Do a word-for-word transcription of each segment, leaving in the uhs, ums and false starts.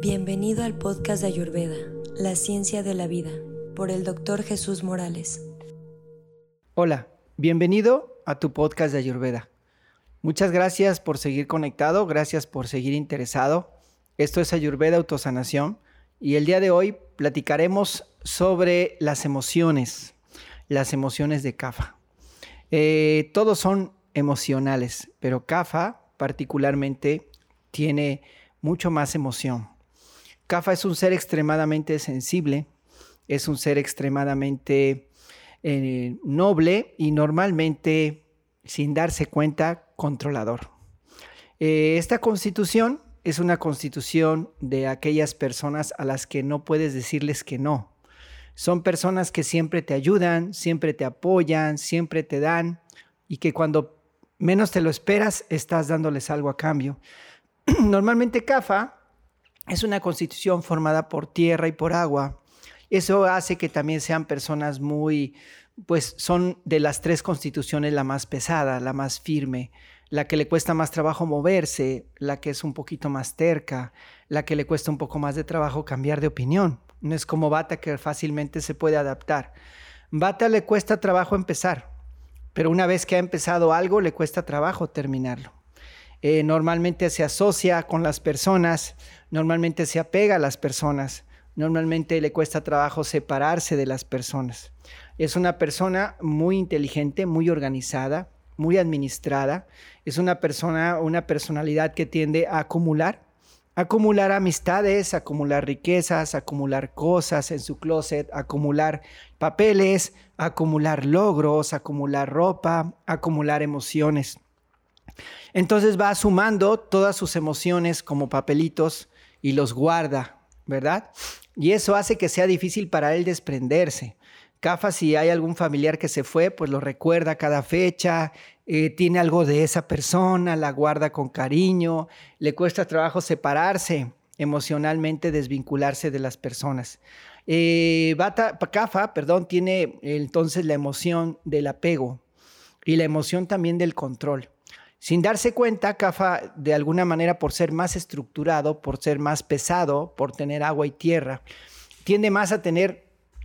Bienvenido al podcast de Ayurveda, la ciencia de la vida, por el doctor Jesús Morales. Hola, bienvenido a tu podcast de Ayurveda. Muchas gracias por seguir conectado, gracias por seguir interesado. Esto es Ayurveda Autosanación y el día de hoy platicaremos sobre las emociones, las emociones de Kapha. Eh, todos son emocionales, pero Kapha particularmente tiene mucho más emoción. Kapha es un ser extremadamente sensible, es un ser extremadamente eh, noble y normalmente, sin darse cuenta, controlador. Eh, esta constitución es una constitución de aquellas personas a las que no puedes decirles que no. Son personas que siempre te ayudan, siempre te apoyan, siempre te dan y que cuando menos te lo esperas, estás dándoles algo a cambio. Normalmente Kapha es una constitución formada por tierra y por agua. Eso hace que también sean personas muy, pues son de las tres constituciones la más pesada, la más firme, la que le cuesta más trabajo moverse, la que es un poquito más terca, la que le cuesta un poco más de trabajo cambiar de opinión. No es como Vata, que fácilmente se puede adaptar. Vata le cuesta trabajo empezar, pero una vez que ha empezado algo, le cuesta trabajo terminarlo. Eh, normalmente se asocia con las personas, normalmente se apega a las personas, normalmente le cuesta trabajo separarse de las personas. Es una persona muy inteligente, muy organizada, muy administrada. Es una persona, una personalidad que tiende a acumular, acumular amistades, acumular riquezas, acumular cosas en su closet, acumular papeles, acumular logros, acumular ropa, acumular emociones. Entonces va sumando todas sus emociones como papelitos y los guarda, ¿verdad? Y eso hace que sea difícil para él desprenderse. Kapha, si hay algún familiar que se fue, pues lo recuerda cada fecha, eh, tiene algo de esa persona, la guarda con cariño, le cuesta trabajo separarse emocionalmente, desvincularse de las personas. Eh, Vata, Kapha, perdón, tiene entonces la emoción del apego y la emoción también del control. Sin darse cuenta, Kapha, de alguna manera, por ser más estructurado, por ser más pesado, por tener agua y tierra, tiende más a tener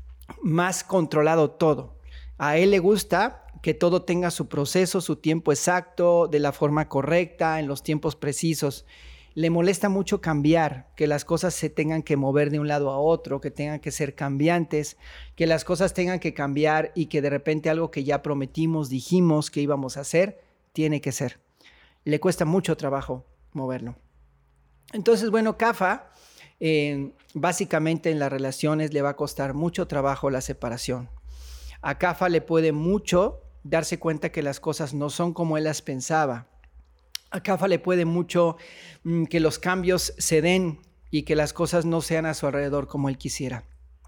más controlado todo. A él le gusta que todo tenga su proceso, su tiempo exacto, de la forma correcta, en los tiempos precisos. Le molesta mucho cambiar, que las cosas se tengan que mover de un lado a otro, que tengan que ser cambiantes, que las cosas tengan que cambiar y que de repente algo que ya prometimos, dijimos que íbamos a hacer, tiene que ser. Le cuesta mucho trabajo moverlo. Entonces, bueno, Kapha, eh, básicamente en las relaciones le va a costar mucho trabajo la separación. A Kapha le puede mucho darse cuenta que las cosas no son como él las pensaba. A Kapha le puede mucho mm, que los cambios se den y que las cosas no sean a su alrededor como él quisiera.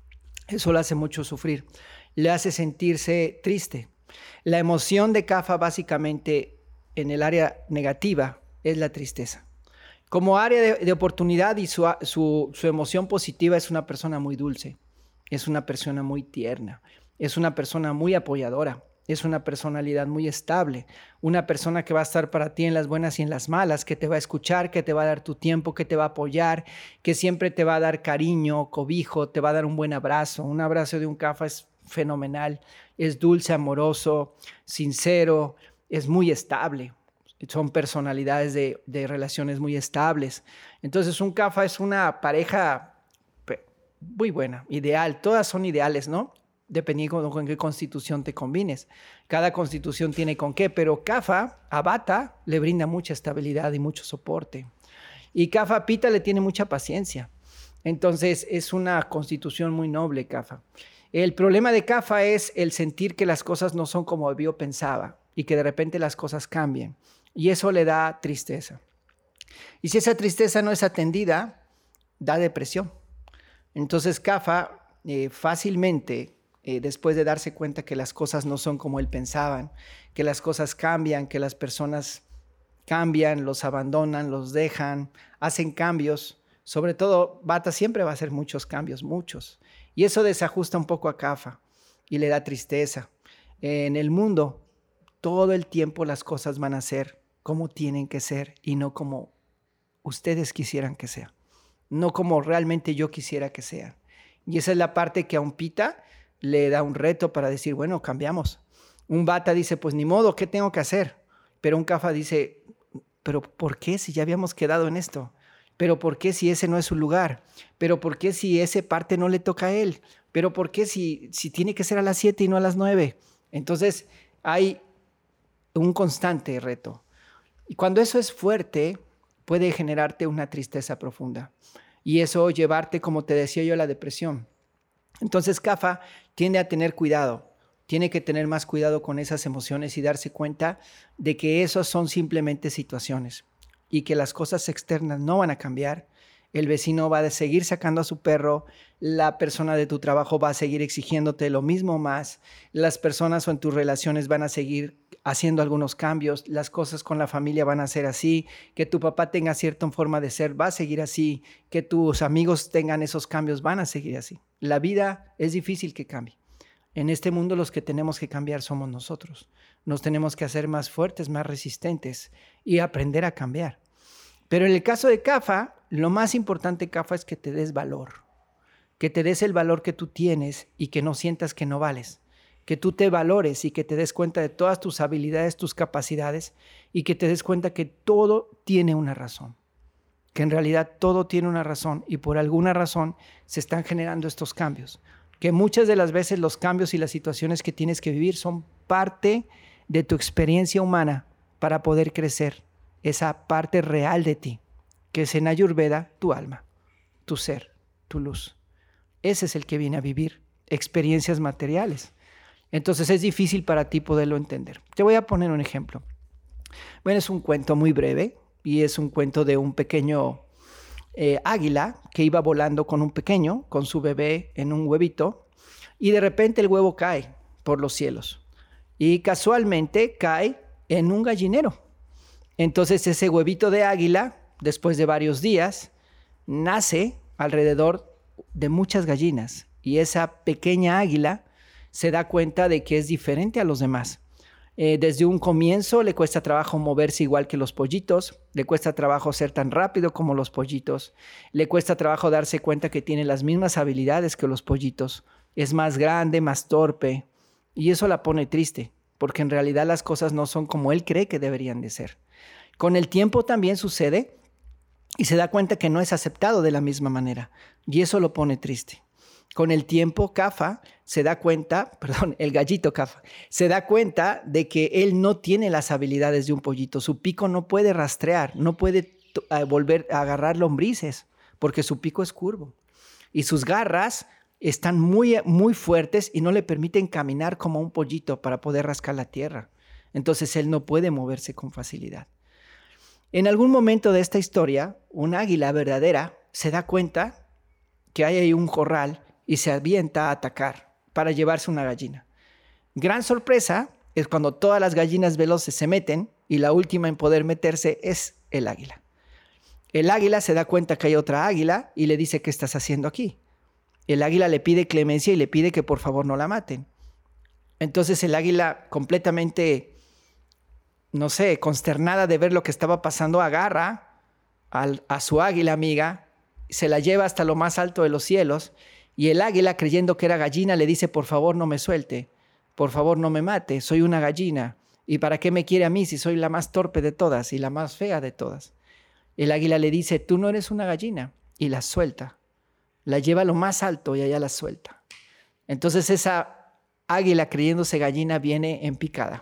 Eso le hace mucho sufrir. Le hace sentirse triste. La emoción de Kapha básicamente en el área negativa es la tristeza. Como área de, de oportunidad y su, su, su emoción positiva es una persona muy dulce, es una persona muy tierna, es una persona muy apoyadora, es una personalidad muy estable, una persona que va a estar para ti en las buenas y en las malas, que te va a escuchar, que te va a dar tu tiempo, que te va a apoyar, que siempre te va a dar cariño, cobijo, te va a dar un buen abrazo. Un abrazo de un Kapha es fenomenal, es dulce, amoroso, sincero, es muy estable. Son personalidades de, de relaciones muy estables. Entonces un Kapha es una pareja muy buena, ideal. Todas son ideales, ¿no? Dependiendo con qué constitución te combines. Cada constitución tiene con qué, pero Kapha a Vata le brinda mucha estabilidad y mucho soporte. Y Kapha a Pitta le tiene mucha paciencia. Entonces es una constitución muy noble, Kapha. El problema de Kapha es el sentir que las cosas no son como yo pensaba y que de repente las cosas cambien. Y eso le da tristeza. Y si esa tristeza no es atendida, da depresión. Entonces Kapha eh, fácilmente, eh, después de darse cuenta que las cosas no son como él pensaban, que las cosas cambian, que las personas cambian, los abandonan, los dejan, hacen cambios. Sobre todo, Vata siempre va a hacer muchos cambios, muchos. Y eso desajusta un poco a Kapha y le da tristeza. En el mundo, todo el tiempo las cosas van a ser como tienen que ser y no como ustedes quisieran que sea. no como realmente yo quisiera que sean. Y esa es la parte que a un pita le da un reto para decir, bueno, cambiamos. Un bata dice, pues ni modo, ¿qué tengo que hacer? Pero un kafa dice, pero ¿por qué si ya habíamos quedado en esto? ¿Pero por qué si ese no es su lugar? ¿Pero por qué si ese parte no le toca a él? ¿Pero por qué si, si tiene que ser a las siete y no a las nueve? Entonces hay un constante reto. Y cuando eso es fuerte, puede generarte una tristeza profunda. Y eso llevarte, como te decía yo, a la depresión. Entonces kafa tiende a tener cuidado. Tiene que tener más cuidado con esas emociones y darse cuenta de que esos son simplemente situaciones y que las cosas externas no van a cambiar. El vecino va a seguir sacando a su perro, la persona de tu trabajo va a seguir exigiéndote lo mismo más, las personas o en tus relaciones van a seguir haciendo algunos cambios, las cosas con la familia van a ser así, que tu papá tenga cierta forma de ser va a seguir así, que tus amigos tengan esos cambios van a seguir así. La vida es difícil que cambie. En este mundo los que tenemos que cambiar somos nosotros. Nos tenemos que hacer más fuertes, más resistentes y aprender a cambiar. Pero en el caso de kafa, lo más importante, kafa, es que te des valor. Que te des el valor que tú tienes y que no sientas que no vales. Que tú te valores y que te des cuenta de todas tus habilidades, tus capacidades y que te des cuenta que todo tiene una razón. Que en realidad todo tiene una razón y por alguna razón se están generando estos cambios. Que muchas de las veces los cambios y las situaciones que tienes que vivir son parte de tu experiencia humana para poder crecer, esa parte real de ti, que es en Ayurveda tu alma, tu ser, tu luz. Ese es el que viene a vivir experiencias materiales. Entonces es difícil para ti poderlo entender. Te voy a poner un ejemplo. Bueno, es un cuento muy breve y es un cuento de un pequeño Eh, águila que iba volando con un pequeño, con su bebé en un huevito, y de repente el huevo cae por los cielos y casualmente cae en un gallinero. Entonces ese huevito de águila, después de varios días, nace alrededor de muchas gallinas y esa pequeña águila se da cuenta de que es diferente a los demás. Eh, desde un comienzo le cuesta trabajo moverse igual que los pollitos, le cuesta trabajo ser tan rápido como los pollitos, le cuesta trabajo darse cuenta que tiene las mismas habilidades que los pollitos, es más grande, más torpe, y eso la pone triste, porque en realidad las cosas no son como él cree que deberían de ser. Con el tiempo también sucede y se da cuenta que no es aceptado de la misma manera, y eso lo pone triste. Con el tiempo, kafa se da cuenta, perdón, el gallito kafa, se da cuenta de que él no tiene las habilidades de un pollito. Su pico no puede rastrear, no puede uh, volver a agarrar lombrices, porque su pico es curvo. Y sus garras están muy, muy fuertes y no le permiten caminar como un pollito para poder rascar la tierra. Entonces él no puede moverse con facilidad. En algún momento de esta historia, un águila verdadera se da cuenta que hay ahí un corral y se avienta a atacar para llevarse una gallina. Gran sorpresa es cuando todas las gallinas veloces se meten y la última en poder meterse es el águila. El águila se da cuenta que hay otra águila y le dice, ¿qué estás haciendo aquí? El águila le pide clemencia y le pide que por favor no la maten. Entonces el águila, completamente, no sé, consternada de ver lo que estaba pasando, agarra al, a su águila amiga, se la lleva hasta lo más alto de los cielos. Y el águila, creyendo que era gallina, le dice, por favor no me suelte, por favor no me mate, soy una gallina. ¿Y para qué me quiere a mí si soy la más torpe de todas y la más fea de todas? El águila le dice, tú no eres una gallina, y la suelta. La lleva a lo más alto y allá la suelta. Entonces esa águila, creyéndose gallina, viene en picada.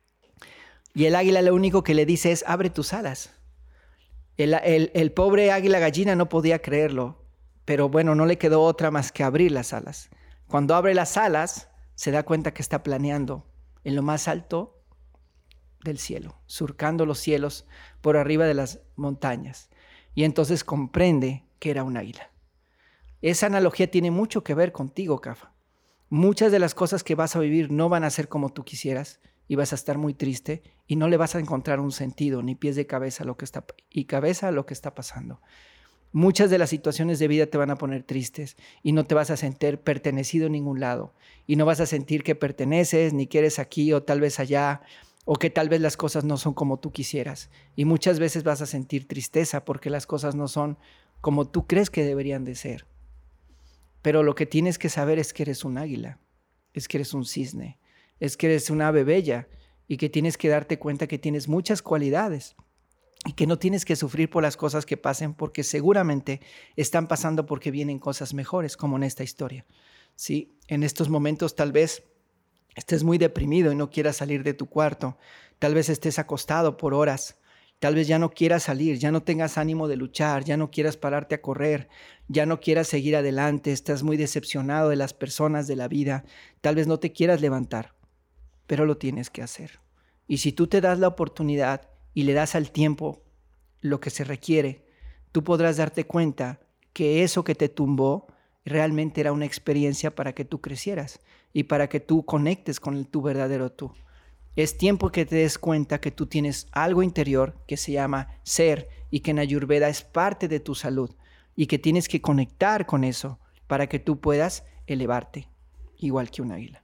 Y el águila lo único que le dice es, abre tus alas. El, el, el pobre águila gallina no podía creerlo. Pero bueno, no le quedó otra más que abrir las alas. Cuando abre las alas, se da cuenta que está planeando en lo más alto del cielo, surcando los cielos por arriba de las montañas. Y entonces comprende que era un águila. Esa analogía tiene mucho que ver contigo, kafa. Muchas de las cosas que vas a vivir no van a ser como tú quisieras y vas a estar muy triste y no le vas a encontrar un sentido, ni pies de cabeza a lo que está, y cabeza a lo que está pasando. Muchas de las situaciones de vida te van a poner tristes y no te vas a sentir pertenecido a ningún lado y no vas a sentir que perteneces ni que eres aquí o tal vez allá o que tal vez las cosas no son como tú quisieras y muchas veces vas a sentir tristeza porque las cosas no son como tú crees que deberían de ser. Pero lo que tienes que saber es que eres un águila, es que eres un cisne, es que eres una ave bella y que tienes que darte cuenta que tienes muchas cualidades y que no tienes que sufrir por las cosas que pasen porque seguramente están pasando porque vienen cosas mejores, como en esta historia. ¿Sí? En estos momentos tal vez estés muy deprimido y no quieras salir de tu cuarto, tal vez estés acostado por horas, tal vez ya no quieras salir, ya no tengas ánimo de luchar, ya no quieras pararte a correr, ya no quieras seguir adelante, estás muy decepcionado de las personas, de la vida, tal vez no te quieras levantar, pero lo tienes que hacer. Y si tú te das la oportunidad y le das al tiempo lo que se requiere, tú podrás darte cuenta que eso que te tumbó realmente era una experiencia para que tú crecieras y para que tú conectes con tu verdadero tú. Es tiempo que te des cuenta que tú tienes algo interior que se llama ser y que en Ayurveda es parte de tu salud y que tienes que conectar con eso para que tú puedas elevarte, igual que un águila.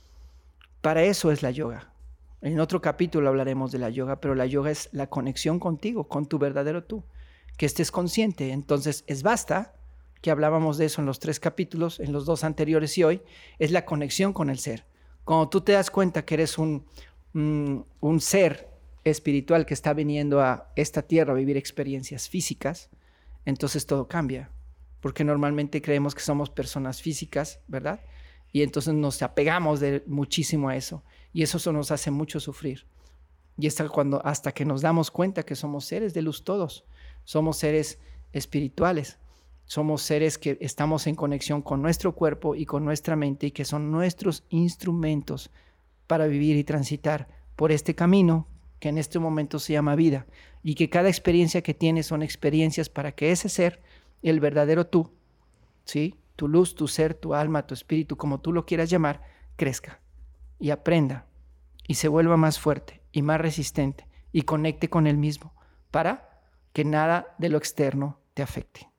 Para eso es la yoga. En otro capítulo hablaremos de la yoga, pero la yoga es la conexión contigo, con tu verdadero tú, que estés consciente. Entonces es basta, que hablábamos de eso en los tres capítulos, en los dos anteriores y hoy, es la conexión con el ser. Cuando tú te das cuenta que eres un, un, un ser espiritual que está viniendo a esta tierra a vivir experiencias físicas, entonces todo cambia, porque normalmente creemos que somos personas físicas, ¿verdad? Y entonces nos apegamos de muchísimo a eso, y eso, eso nos hace mucho sufrir. Y hasta, cuando, hasta que nos damos cuenta que somos seres de luz todos, somos seres espirituales, somos seres que estamos en conexión con nuestro cuerpo y con nuestra mente y que son nuestros instrumentos para vivir y transitar por este camino que en este momento se llama vida, y que cada experiencia que tienes son experiencias para que ese ser, el verdadero tú, ¿sí?, tu luz, tu ser, tu alma, tu espíritu, como tú lo quieras llamar, crezca y aprenda y se vuelva más fuerte y más resistente y conecte con él mismo para que nada de lo externo te afecte.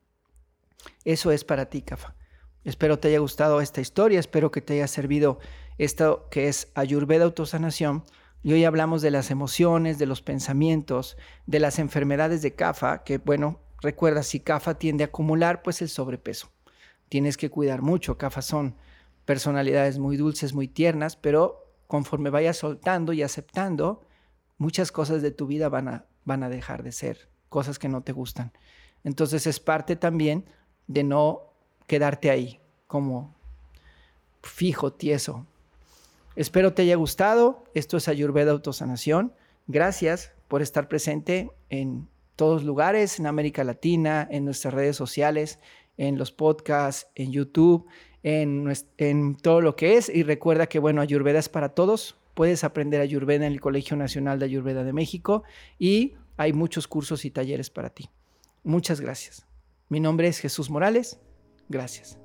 Eso es para ti, Kapha. Espero te haya gustado esta historia, espero que te haya servido esto que es Ayurveda Autosanación. Y hoy hablamos de las emociones, de los pensamientos, de las enfermedades de Kapha, que bueno, recuerda, si Kapha tiende a acumular, pues el sobrepeso. Tienes que cuidar mucho. Kapha son personalidades muy dulces, muy tiernas, pero conforme vayas soltando y aceptando, muchas cosas de tu vida van a, van a dejar de ser, cosas que no te gustan. Entonces es parte también de no quedarte ahí como fijo, tieso. Espero te haya gustado. Esto es Ayurveda Autosanación. Gracias por estar presente en todos lugares, en América Latina, en nuestras redes sociales, en los podcasts, en YouTube, en, en todo lo que es. Y recuerda que, bueno, Ayurveda es para todos. Puedes aprender Ayurveda en el Colegio Nacional de Ayurveda de México y hay muchos cursos y talleres para ti. Muchas gracias. Mi nombre es Jesús Morales. Gracias.